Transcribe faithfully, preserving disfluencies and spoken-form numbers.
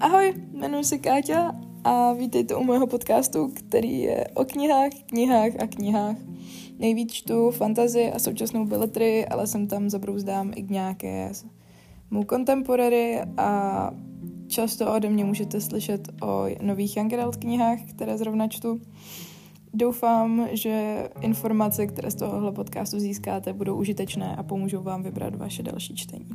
Ahoj, jmenuji se Káťa a vítejte u mého podcastu, který je o knihách, knihách a knihách. Nejvíc čtu fantasy a současnou beletrii, ale sem tam zabrouzdám i k nějaké mou contemporary a často ode mě můžete slyšet o nových young adult knihách, které zrovna čtu. Doufám, že informace, které z tohohle podcastu získáte, budou užitečné a pomůžou vám vybrat vaše další čtení.